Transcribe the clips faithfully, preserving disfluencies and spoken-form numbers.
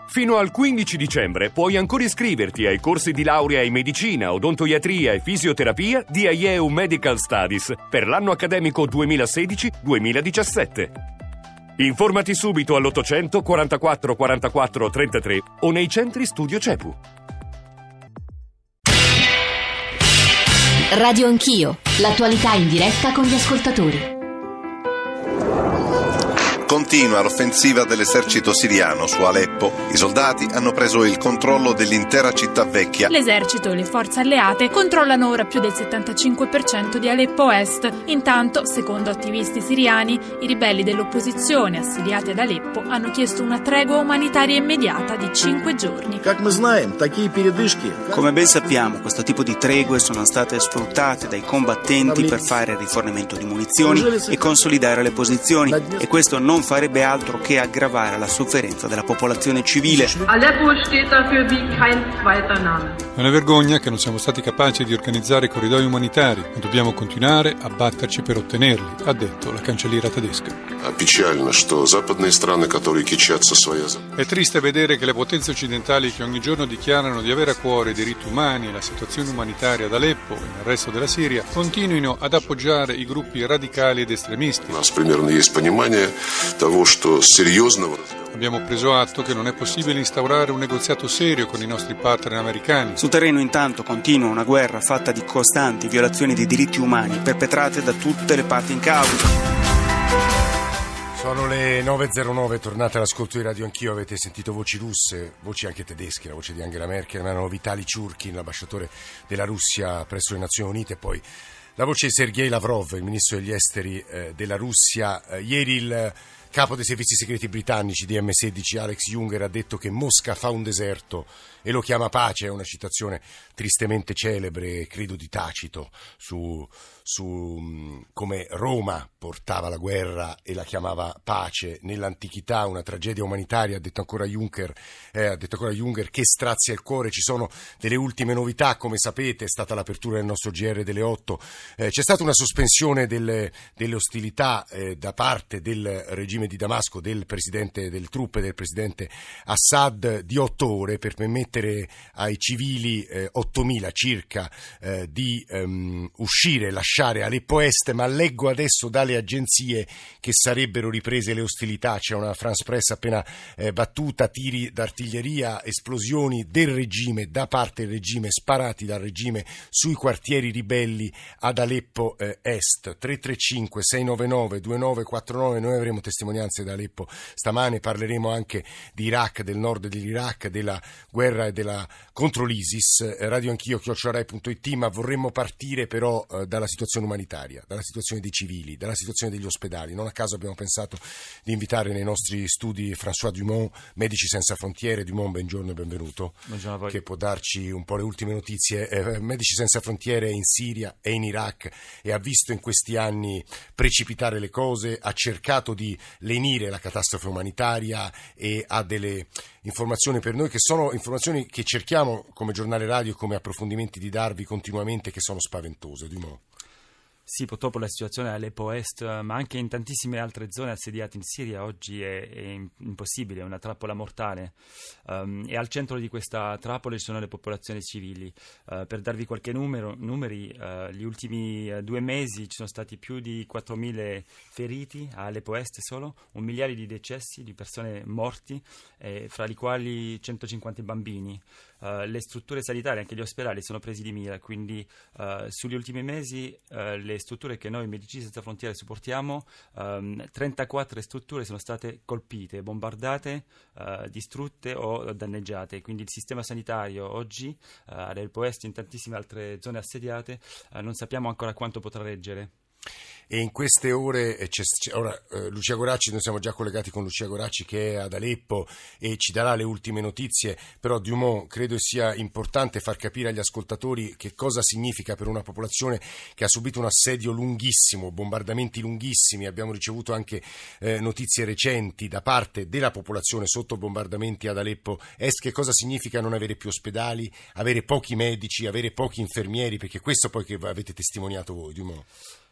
Fino al quindici dicembre puoi ancora iscriverti ai corsi di laurea in medicina, odontoiatria e fisioterapia di Aieu Medical Studies per l'anno accademico duemilasedici duemiladiciassette. Informati subito all'ottocento quarantaquattro quarantaquattro trentatré o nei centri studio CEPU. Radio Anch'io, l'attualità in diretta con gli ascoltatori. Continua l'offensiva dell'esercito siriano su Aleppo. I soldati hanno preso il controllo dell'intera città vecchia. L'esercito e le forze alleate controllano ora più del settantacinque per cento di Aleppo Est. Intanto, secondo attivisti siriani, i ribelli dell'opposizione assediati ad Aleppo hanno chiesto una tregua umanitaria immediata di cinque giorni. Come ben sappiamo, questo tipo di tregue sono state sfruttate dai combattenti per fare rifornimento di munizioni e consolidare le posizioni, e questo non farebbe altro che aggravare la sofferenza della popolazione civile. Aleppo steht dafür wie kein zweiter Name. È una vergogna che non siamo stati capaci di organizzare corridoi umanitari, ma dobbiamo continuare a batterci per ottenerli, ha detto la cancelliera tedesca. È triste vedere che le potenze occidentali, che ogni giorno dichiarano di avere a cuore i diritti umani e la situazione umanitaria ad Aleppo e nel resto della Siria, continuino ad appoggiare i gruppi radicali ed estremisti. Abbiamo preso atto che non è possibile instaurare un negoziato serio con i nostri partner americani. Sul terreno intanto continua una guerra fatta di costanti violazioni dei diritti umani perpetrate da tutte le parti in causa. Sono le nove e zero nove, tornate all'ascolto di Radio Anch'io, avete sentito voci russe, voci anche tedesche, la voce di Angela Merkel, ma erano Vitali Churkin, l'ambasciatore della Russia presso le Nazioni Unite, e poi la voce di Sergei Lavrov, il ministro degli esteri eh, della Russia. Eh, ieri il capo dei servizi segreti britannici di M sedici, Alex Juncker, ha detto che Mosca fa un deserto e lo chiama pace. È una citazione tristemente celebre, credo di Tacito, su, su um, come Roma portava la guerra e la chiamava pace nell'antichità, una tragedia umanitaria. Ha detto ancora Juncker, eh, ha detto ancora Juncker che strazia il cuore. Ci sono delle ultime novità, come sapete, è stata l'apertura del nostro G R delle otto. Eh, c'è stata una sospensione delle, delle ostilità eh, da parte del regime di Damasco, del presidente, del truppe del presidente Assad, di otto ore per permettere ai civili, eh, ottomila circa, eh, di um, uscire, lasciare Aleppo Est, ma leggo adesso dalle agenzie che sarebbero riprese le ostilità. C'è una France Press appena eh, battuta, tiri d'artiglieria, esplosioni del regime, da parte del regime, sparati dal regime sui quartieri ribelli ad Aleppo eh, Est. Tre tre cinque sei nove nove due nove quattro nove. Noi avremo testimonianze da Aleppo stamane, parleremo anche di Iraq, del nord dell'Iraq, della guerra e della contro l'ISIS. Radio Anch'io chiocciola rai punto it, ma vorremmo partire però eh, dalla situazione umanitaria, dalla situazione dei civili, dalla situazione degli ospedali. Non a caso abbiamo pensato di invitare nei nostri studi François Dumont, Medici Senza Frontiere. Dumont, buongiorno e benvenuto. Buongiorno a voi. Che può darci un po' le ultime notizie. Eh, Medici Senza Frontiere è in Siria, è in Iraq e ha visto in questi anni precipitare le cose, ha cercato di lenire la catastrofe umanitaria e ha delle informazioni per noi che sono informazioni che cerchiamo come giornale radio e come approfondimenti di darvi continuamente, che sono spaventose. Dumont. Sì, purtroppo la situazione a Aleppo Est, ma anche in tantissime altre zone assediate in Siria oggi è, è impossibile, è una trappola mortale. Um, e al centro di questa trappola ci sono le popolazioni civili. Uh, per darvi qualche numero, numeri, uh, gli ultimi uh, due mesi ci sono stati più di quattromila feriti a Aleppo Est solo, un migliaio di decessi, di persone morti, eh, fra i quali centocinquanta bambini. Uh, le strutture sanitarie, anche gli ospedali, sono presi di mira, quindi uh, sugli ultimi mesi uh, le strutture che noi Medici Senza Frontiere supportiamo, um, trentaquattro strutture sono state colpite, bombardate, uh, distrutte o danneggiate, quindi il sistema sanitario oggi uh, ad Aleppo Est e in tantissime altre zone assediate uh, non sappiamo ancora quanto potrà reggere. E in queste ore, c'è, c'è, ora eh, Lucia Goracci, noi siamo già collegati con Lucia Goracci che è ad Aleppo e ci darà le ultime notizie, però Dumont, credo sia importante far capire agli ascoltatori che cosa significa per una popolazione che ha subito un assedio lunghissimo, bombardamenti lunghissimi. Abbiamo ricevuto anche eh, notizie recenti da parte della popolazione sotto bombardamenti ad Aleppo Est, che cosa significa non avere più ospedali, avere pochi medici, avere pochi infermieri, perché questo poi che avete testimoniato voi, Dumont.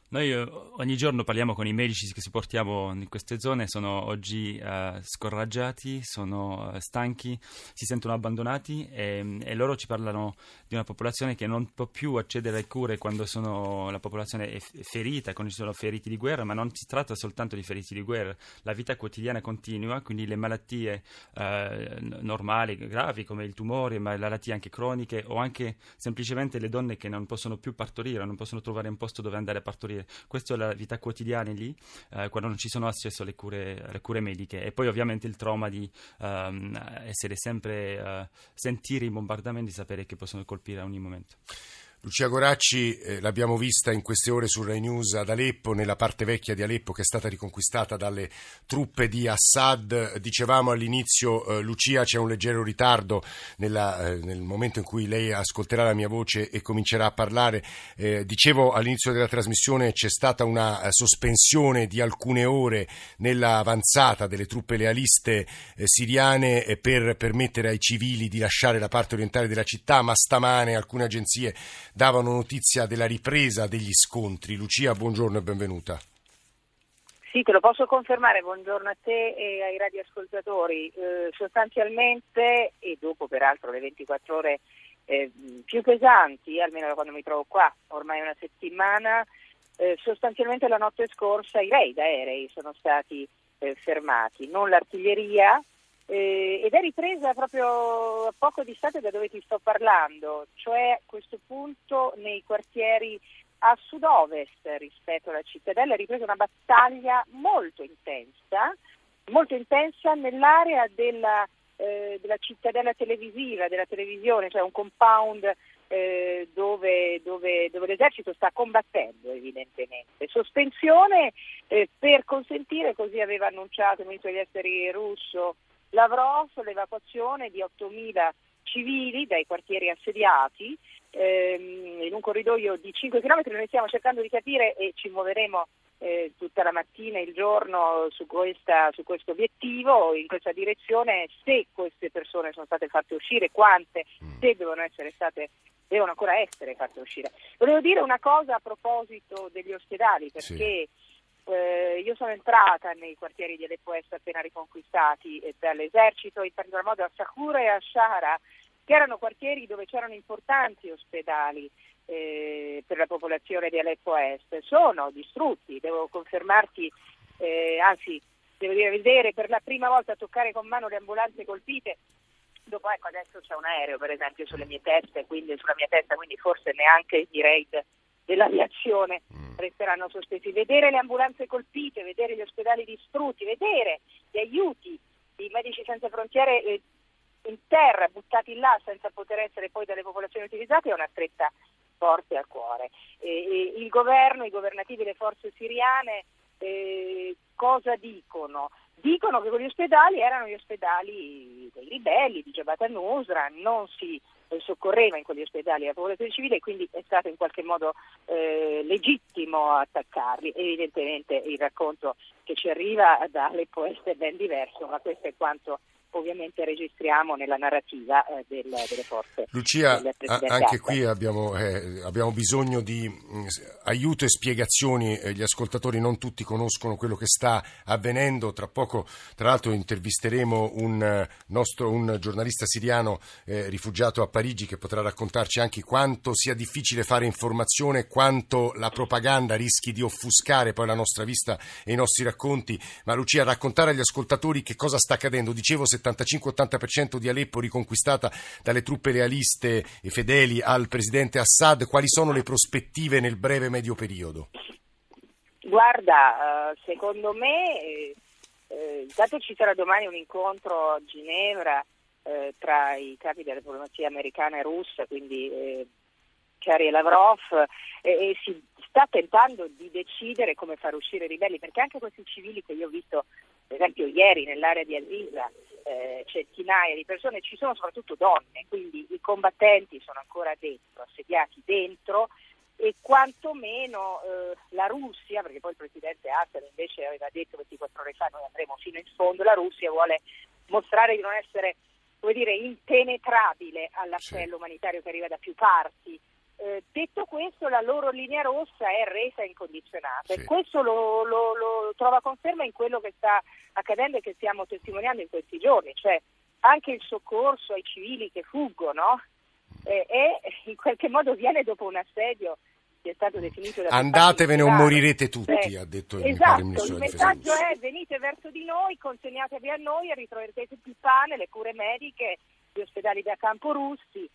Noi ogni giorno parliamo con i medici che supportiamo in queste zone, sono oggi uh, scoraggiati, sono uh, stanchi, si sentono abbandonati e, e loro ci parlano di una popolazione che non può più accedere alle cure quando sono, la popolazione è ferita, quando ci sono feriti di guerra, ma non si tratta soltanto di feriti di guerra, la vita quotidiana continua, quindi le malattie uh, normali, gravi come il tumore, ma le malattie anche croniche o anche semplicemente le donne che non possono più partorire, non possono trovare un posto dove andare a partorire. Questa è la vita quotidiana lì, eh, quando non ci sono accesso alle cure, alle cure mediche. E poi ovviamente il trauma di um, essere sempre, uh, sentire i bombardamenti, sapere che possono colpire a ogni momento. Lucia Goracci, eh, l'abbiamo vista in queste ore su Rai News ad Aleppo, nella parte vecchia di Aleppo che è stata riconquistata dalle truppe di Assad. Dicevamo all'inizio, eh, Lucia, c'è un leggero ritardo nella, eh, nel momento in cui lei ascolterà la mia voce e comincerà a parlare. Eh, dicevo all'inizio della trasmissione c'è stata una eh, sospensione di alcune ore nella avanzata delle truppe lealiste eh, siriane eh, per permettere ai civili di lasciare la parte orientale della città, ma stamane alcune agenzie davano notizia della ripresa degli scontri. Lucia, buongiorno e benvenuta. Sì, te lo posso confermare, buongiorno a te e ai radioascoltatori. Eh, sostanzialmente, e dopo peraltro le ventiquattro ore eh, più pesanti, almeno da quando mi trovo qua, ormai una settimana, eh, sostanzialmente la notte scorsa i raid aerei sono stati eh, fermati, non l'artiglieria, Eh, ed è ripresa proprio a poco distante da dove ti sto parlando, cioè a questo punto nei quartieri a sud-ovest rispetto alla cittadella è ripresa una battaglia molto intensa, molto intensa nell'area della, eh, della cittadella televisiva, della televisione, cioè un compound eh, dove, dove, dove l'esercito sta combattendo evidentemente. Sospensione eh, per consentire, così aveva annunciato il ministro degli esteri russo Lavrov, l'evacuazione di ottomila civili dai quartieri assediati ehm, in un corridoio di cinque chilometri. Noi stiamo cercando di capire e ci muoveremo eh, tutta la mattina e il giorno su questa, su questo obiettivo, in questa direzione, se queste persone sono state fatte uscire, quante, se devono essere state devono ancora essere fatte uscire. Volevo dire una cosa a proposito degli ospedali, perché sì. Eh, io sono entrata nei quartieri di Aleppo Est appena riconquistati eh, dall'esercito, in particolar modo a Sahura e a Shahra, che erano quartieri dove c'erano importanti ospedali eh, per la popolazione di Aleppo Est. Sono distrutti, devo confermarti, eh, anzi devo dire vedere per la prima volta, toccare con mano le ambulanze colpite. Dopo, ecco, adesso c'è un aereo per esempio sulle mie teste, quindi sulla mia testa, quindi forse neanche i raid dell'aviazione resteranno sospesi. Vedere le ambulanze colpite, vedere gli ospedali distrutti, vedere gli aiuti di Medici Senza Frontiere eh, in terra, buttati là senza poter essere poi dalle popolazioni utilizzate, è una stretta forte al cuore. E, e il governo, i governativi, le forze siriane eh, cosa dicono? Dicono che quegli ospedali erano gli ospedali dei ribelli, di Jabhat al-Nusra, non si soccorreva in quegli ospedali la popolazione civile e quindi è stato in qualche modo eh, legittimo attaccarli. Evidentemente il racconto che ci arriva da Aleppo Est è ben diverso, ma questo è quanto ovviamente registriamo nella narrativa eh, del, delle forze. Lucia, anche qui abbiamo, eh, abbiamo bisogno di mh, aiuto e spiegazioni. Eh, gli ascoltatori non tutti conoscono quello che sta avvenendo. Tra poco, tra l'altro, intervisteremo un eh, nostro un giornalista siriano eh, rifugiato a Parigi che potrà raccontarci anche quanto sia difficile fare informazione, quanto la propaganda rischi di offuscare poi la nostra vista e i nostri racconti. Ma Lucia, raccontare agli ascoltatori che cosa sta accadendo. Dicevo, settantacinque ottanta per cento di Aleppo riconquistata dalle truppe lealiste e fedeli al presidente Assad. Quali sono le prospettive nel breve e medio periodo? Guarda, secondo me eh, intanto ci sarà domani un incontro a Ginevra eh, tra i capi della diplomazia americana e russa, quindi eh, Kerry e Lavrov, eh, e si sta tentando di decidere come far uscire i ribelli, perché anche questi civili che io ho visto per esempio ieri nell'area di Aziza, eh, centinaia di persone, ci sono soprattutto donne, quindi i combattenti sono ancora dentro, assediati dentro, e quantomeno eh, la Russia, perché poi il presidente Assad invece aveva detto ventiquattro ore fa noi andremo fino in fondo, la Russia vuole mostrare di non essere, come dire, impenetrabile all'appello sì. umanitario che arriva da più parti Eh, detto questo, la loro linea rossa è resa incondizionata, sì. e questo lo, lo, lo trova conferma in quello che sta accadendo e che stiamo testimoniando in questi giorni, cioè anche il soccorso ai civili che fuggono eh, e in qualche modo viene dopo un assedio che è stato definito da andatevene o morirete tutti, eh, ha detto il, esatto, il ministro il della difesa messaggio russo. è: venite verso di noi, consegnatevi a noi e ritroverete più pane, le cure mediche, gli ospedali da campo russi.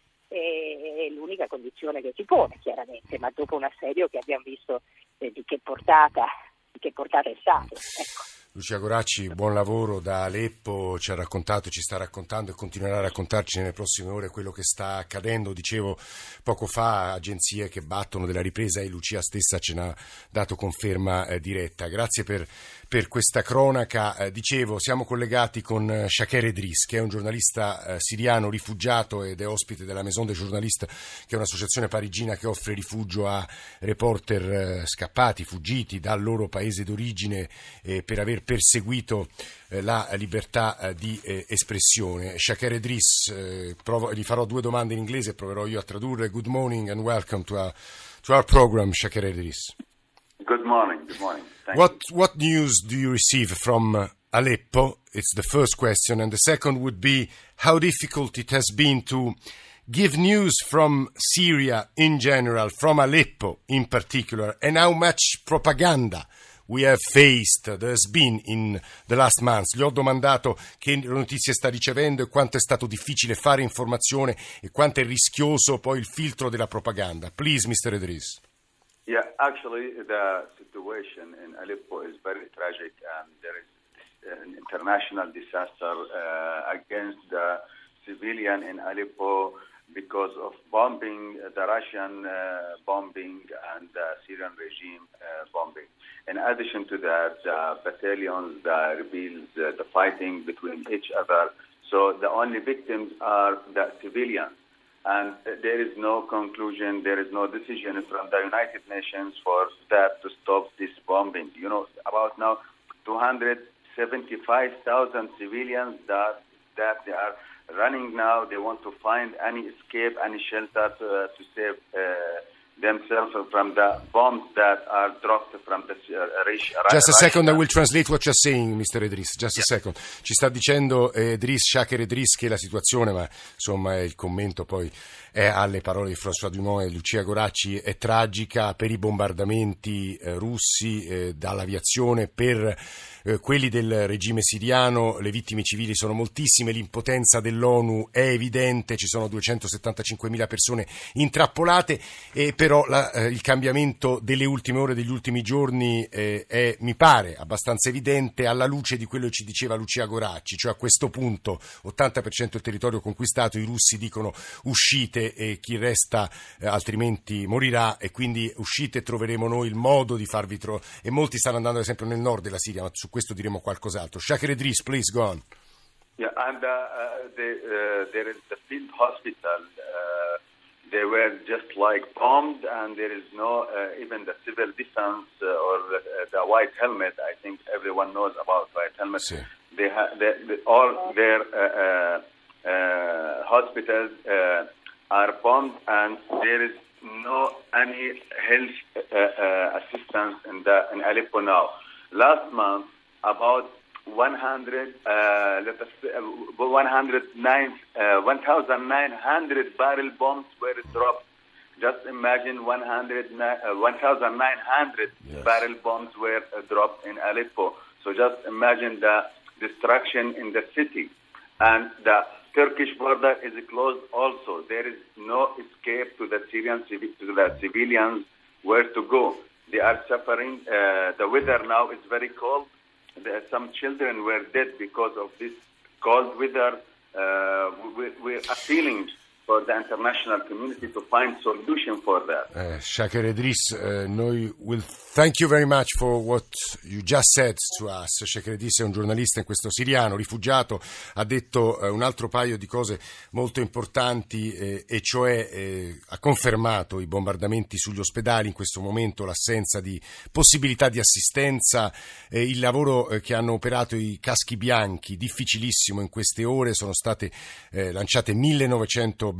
È l'unica condizione che si pone, chiaramente, ma dopo un assedio che abbiamo visto eh, di che portata, di che portata è stato. Ecco. Lucia Goracci, buon lavoro da Aleppo, ci ha raccontato, ci sta raccontando e continuerà a raccontarci nelle prossime ore quello che sta accadendo. Dicevo poco fa, agenzie che battono della ripresa, e Lucia stessa ce n'ha dato conferma eh, diretta. Grazie per, per questa cronaca. Eh, dicevo, siamo collegati con Shaker Edris, che è un giornalista eh, siriano rifugiato ed è ospite della Maison des Journalistes, che è un'associazione parigina che offre rifugio a reporter eh, scappati, fuggiti dal loro paese d'origine eh, per aver perseguito eh, la libertà eh, di eh, espressione. Shaker Edris, eh, provo, gli farò due domande in inglese e proverò io a tradurre. Good morning and welcome to our, to our program, Shaker Edris. Good morning, good morning. Thank what you. What news do you receive from uh, Aleppo? It's the first question, and the second would be how difficult it has been to give news from Syria in general, from Aleppo in particular, and how much propaganda we have faced, there's been in the last months. Gli ho domandato che notizie sta ricevendo e quanto è stato difficile fare informazione e quanto è rischioso poi il filtro della propaganda. Please, mister Edris. Yeah, actually the situation in Aleppo is very tragic, and there is an international disaster uh, against the civilian in Aleppo because of bombing, the Russian uh, bombing and the Syrian regime uh, bombing. In addition to that, the battalions, the rebels, uh, the fighting between each other. So the only victims are the civilians. And there is no conclusion, there is no decision from the United Nations for that to stop this bombing. You know, about now, two hundred seventy-five thousand civilians that, that they are running now. They want to find any escape, any shelter to, uh, to save uh, themselves from the bombs that are dropped from the uh, Russia. Just a second, I will translate what you're saying, mister Edris. Just a second. Ci sta dicendo eh, Edris, Shaker Edris, che la situazione, ma insomma il commento poi è alle parole di François Dumont e Lucia Goracci, è tragica per i bombardamenti eh, russi eh, dall'aviazione, per eh, quelli del regime siriano. Le vittime civili sono moltissime, l'impotenza dell'ONU è evidente, ci sono duecentosettantacinquemila persone intrappolate, e però la, eh, il cambiamento delle ultime ore, degli ultimi giorni eh, è, mi pare, abbastanza evidente alla luce di quello che ci diceva Lucia Goracci, cioè a questo punto ottanta per cento del territorio conquistato, i russi dicono uscite e chi resta eh, altrimenti morirà, e quindi uscite e troveremo noi il modo di farvi trovare, e molti stanno andando ad esempio nel nord della Siria, ma su questo diremo qualcos'altro. Shaker Edris, please go on. Yeah, and uh, uh, the, uh, there is the field hospital. Uh, they were just like bombed, and there is no uh, even the civil defense uh, or the, uh, the white helmet. I think everyone knows about white helmet. Sì. They ha- they, they, all their uh, uh, uh, hospitals uh, are bombed, and there is no any health uh, uh, assistance in the in Aleppo now. Last month, about one hundred, uh, let us say, uh, one hundred nine, uh, one thousand nine hundred barrel bombs were dropped. Just imagine one hundred, uh, one thousand nine hundred yes. barrel bombs were uh, dropped in Aleppo. So just imagine the destruction in the city, and the Turkish border is closed also. There is no escape to the Syrian to the civilians where to go. They are suffering. Uh, the weather now is very cold. There, some children were dead because of this cold weather. Uh, we, we are appealing for the international community to find solution for that. Uh, Shaker Edris, uh, noi will thank you very much for what you just said to us. Shaker Edris è un giornalista in questo siriano, rifugiato, ha detto uh, un altro paio di cose molto importanti, eh, e cioè eh, ha confermato i bombardamenti sugli ospedali in questo momento, l'assenza di possibilità di assistenza, eh, il lavoro eh, che hanno operato i caschi bianchi, difficilissimo in queste ore, sono state eh, lanciate millenovecento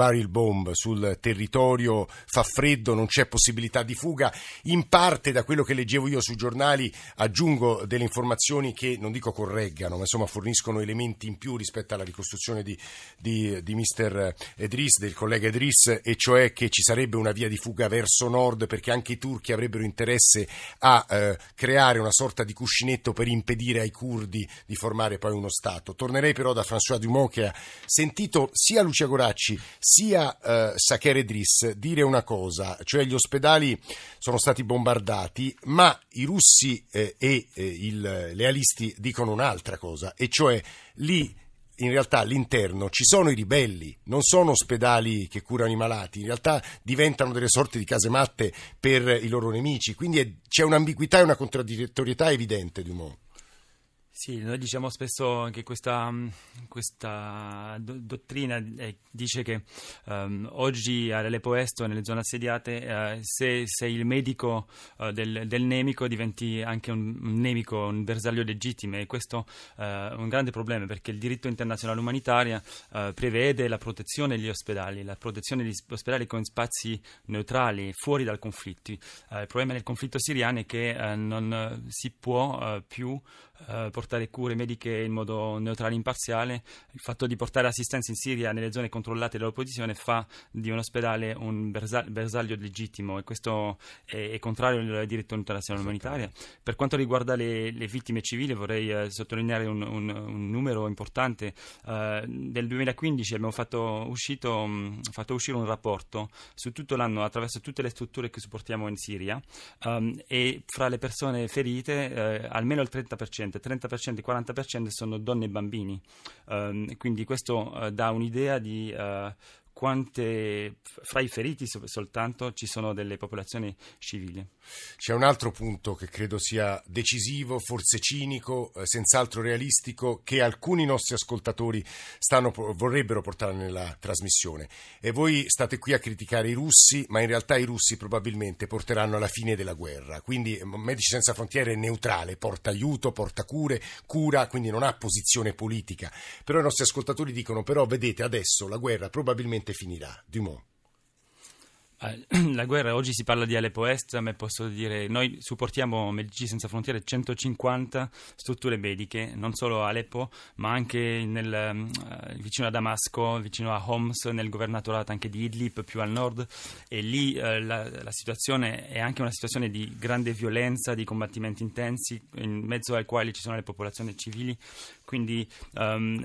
barrel bomb sul territorio, fa freddo, non c'è possibilità di fuga. In parte, da quello che leggevo io sui giornali, aggiungo delle informazioni che non dico correggano, ma insomma forniscono elementi in più rispetto alla ricostruzione di, di, di mister Edris, del collega Edris, e cioè che ci sarebbe una via di fuga verso nord, perché anche i turchi avrebbero interesse a eh, creare una sorta di cuscinetto per impedire ai curdi di formare poi uno Stato. Tornerei però da François Dumont, che ha sentito sia Lucia Goracci sia eh, Saker Edris dire una cosa, cioè gli ospedali sono stati bombardati, ma i russi eh, e eh, il lealisti dicono un'altra cosa, e cioè lì in realtà all'interno ci sono i ribelli, non sono ospedali che curano i malati, in realtà diventano delle sorte di casematte per i loro nemici, quindi è, c'è un'ambiguità e una contraddittorietà evidente, Dumont. Sì, noi diciamo spesso che questa, questa do, dottrina eh, dice che um, oggi all'Aleppo Est o nelle zone assediate eh, se, se il medico eh, del, del nemico diventi anche un, un nemico, un bersaglio legittimo, e questo eh, è un grande problema, perché il diritto internazionale umanitario eh, prevede la protezione degli ospedali, la protezione degli ospedali con spazi neutrali, fuori dal conflitto. Eh, il problema del conflitto siriano è che eh, non si può eh, più eh, portare cure mediche in modo neutrale e imparziale. Il fatto di portare assistenza in Siria nelle zone controllate dall'opposizione fa di un ospedale un bersa- bersaglio legittimo, e questo è, è contrario al diritto internazionale umanitario. Per quanto riguarda le, le vittime civili, vorrei eh, sottolineare un, un, un numero importante. Uh, nel duemilaquindici abbiamo fatto, uscito, um, fatto uscire un rapporto su tutto l'anno attraverso tutte le strutture che supportiamo in Siria, um, e fra le persone ferite eh, almeno il trenta per cento, trenta per cento, quaranta per cento sono donne e bambini, um, quindi questo uh, dà un'idea di uh, quante fra i feriti soltanto ci sono delle popolazioni civili. C'è un altro punto che credo sia decisivo, forse cinico, eh, senz'altro realistico, che alcuni nostri ascoltatori stanno, vorrebbero portare nella trasmissione, e voi state qui a criticare i russi, ma in realtà i russi probabilmente porteranno alla fine della guerra, quindi Medici Senza Frontiere è neutrale, porta aiuto, porta cure, cura, quindi non ha posizione politica. Però i nostri ascoltatori dicono: però vedete, adesso la guerra probabilmente finirà. Dumont. La guerra, oggi si parla di Aleppo Est, ma posso dire, noi supportiamo Medici Senza Frontiere centocinquanta strutture mediche, non solo a Aleppo, ma anche nel, uh, vicino a Damasco, vicino a Homs, nel governatorato anche di Idlib, più al nord, e lì uh, la, la situazione è anche una situazione di grande violenza, di combattimenti intensi, in mezzo ai quali ci sono le popolazioni civili, quindi um,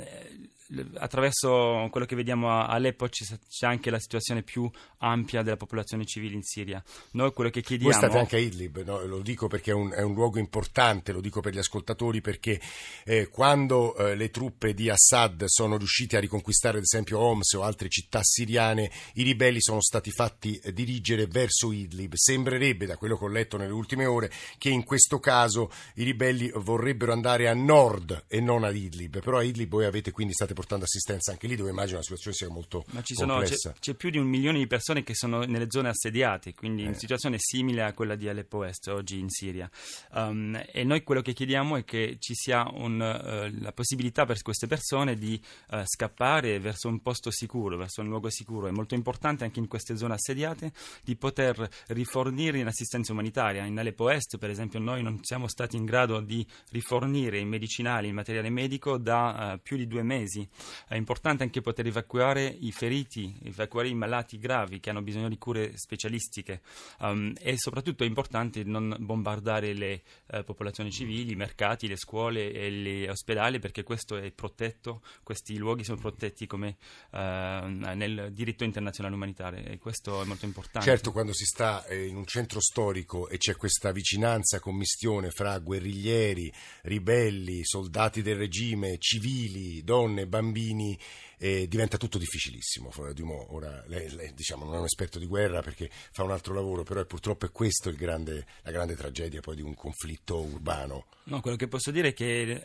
attraverso quello che vediamo a Aleppo c'è anche la situazione più ampia della popolazione civile in Siria. Noi quello che chiediamo... Voi state anche a Idlib, no? Lo dico perché è un, è un luogo importante, lo dico per gli ascoltatori, perché eh, quando eh, le truppe di Assad sono riuscite a riconquistare ad esempio Homs o altre città siriane, i ribelli sono stati fatti eh, dirigere verso Idlib. Sembrerebbe, da quello che ho letto nelle ultime ore, che in questo caso i ribelli vorrebbero andare a nord e non a Idlib, però a Idlib voi avete quindi state portando assistenza anche lì, dove immagino la situazione sia molto Ma ci sono, complessa. C'è, c'è più di un milione di persone che sono nelle zone assediate, quindi eh. in situazione simile a quella di Aleppo Est oggi in Siria. Um, e noi quello che chiediamo è che ci sia un, uh, la possibilità per queste persone di uh, scappare verso un posto sicuro, verso un luogo sicuro. È molto importante anche in queste zone assediate di poter rifornire in assistenza umanitaria. In Aleppo Est, per esempio, noi non siamo stati in grado di rifornire i medicinali, il materiale medico da uh, più di due mesi. È importante anche poter evacuare i feriti, evacuare i malati gravi che hanno bisogno di cure specialistiche, um, e soprattutto è importante non bombardare le uh, popolazioni civili, i mercati, le scuole e gli ospedali, perché questo è protetto, questi luoghi sono protetti come uh, nel diritto internazionale umanitario, e questo è molto importante. Certo, quando si sta eh, in un centro storico e c'è questa vicinanza, commistione fra guerriglieri, ribelli, soldati del regime, civili, donne, bambini, eh, diventa tutto difficilissimo. Dumont, ora lei, lei diciamo non è un esperto di guerra perché fa un altro lavoro, però è, purtroppo è questo il grande, la grande tragedia poi di un conflitto urbano. No, quello che posso dire è che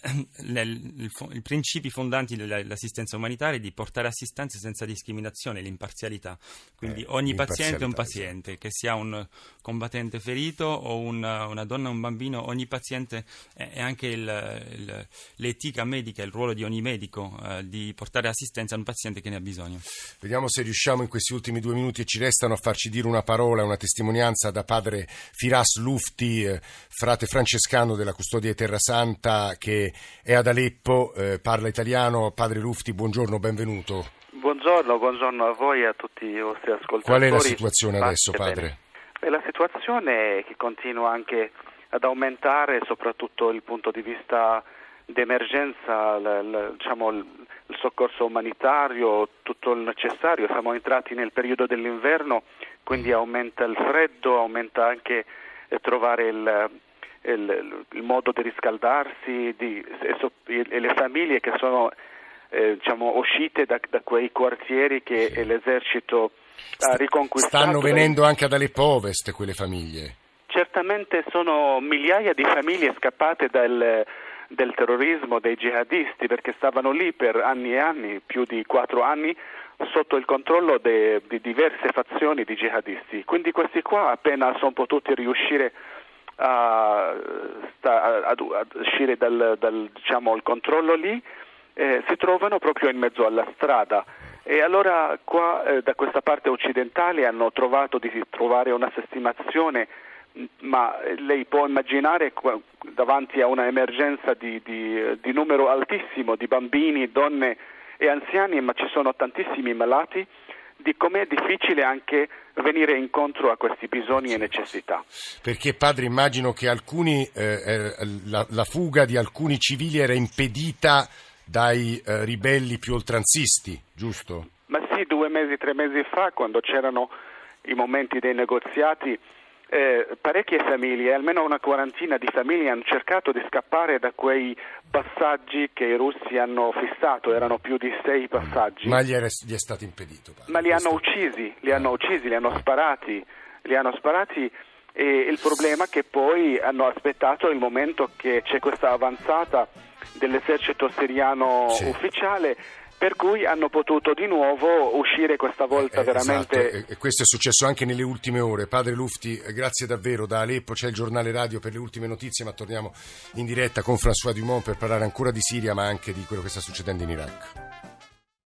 i principi fondanti dell'assistenza umanitaria è di portare assistenza senza discriminazione, l'imparzialità. Quindi eh, ogni paziente è un paziente, che sia un combattente ferito o una, una donna o un bambino, ogni paziente è, è anche il, il, l'etica medica, il ruolo di ogni medico eh, di portare assistenza assistenza a un paziente che ne ha bisogno. Vediamo se riusciamo in questi ultimi due minuti e ci restano a farci dire una parola, una testimonianza da padre Firas Lufti, eh, frate francescano della Custodia di Terra Santa, che è ad Aleppo, eh, parla italiano. Padre Lufti, buongiorno, benvenuto. Buongiorno, buongiorno a voi e a tutti i vostri ascoltatori. Qual è la situazione adesso, padre? Beh, la situazione è che continua anche ad aumentare, soprattutto il punto di vista d'emergenza, l, l, diciamo, il, il soccorso umanitario, tutto il necessario. Siamo entrati nel periodo dell'inverno, quindi aumenta il freddo, aumenta anche eh, trovare il, il, il modo di riscaldarsi di, e, so, e le famiglie che sono eh, diciamo, uscite da, da quei quartieri che sì. l'esercito ha riconquistato. Stanno venendo anche ad Aleppo Ovest quelle famiglie? Certamente sono migliaia di famiglie scappate dal, del terrorismo dei jihadisti, perché stavano lì per anni e anni, più di quattro anni, sotto il controllo de, di diverse fazioni di jihadisti. Quindi questi qua appena sono potuti riuscire a, sta, ad, ad uscire dal, dal diciamo, il controllo lì, eh, si trovano proprio in mezzo alla strada. E allora qua eh, da questa parte occidentale hanno trovato di trovare una sistemazione, ma lei può immaginare davanti a una emergenza di, di, di numero altissimo di bambini, donne e anziani, ma ci sono tantissimi malati, di com'è difficile anche venire incontro a questi bisogni e necessità. Perché padre, immagino che alcuni eh, la, la fuga di alcuni civili era impedita dai eh, ribelli più oltranzisti, giusto? Ma sì, due mesi, tre mesi fa, quando c'erano i momenti dei negoziati, eh, parecchie famiglie, almeno una quarantina di famiglie, hanno cercato di scappare da quei passaggi che i russi hanno fissato, erano più di sei passaggi. Ma gli, era, gli è stato impedito? Padre, Ma li questo... hanno uccisi, li hanno uccisi, li hanno sparati, li hanno sparati. E il problema è che poi hanno aspettato il momento che c'è questa avanzata dell'esercito siriano sì. ufficiale, per cui hanno potuto di nuovo uscire questa volta eh, veramente. Esatto. E questo è successo anche nelle ultime ore. Padre Lufti, grazie davvero. Da Aleppo c'è il giornale radio per le ultime notizie, ma torniamo in diretta con François Dumont per parlare ancora di Siria, ma anche di quello che sta succedendo in Iraq.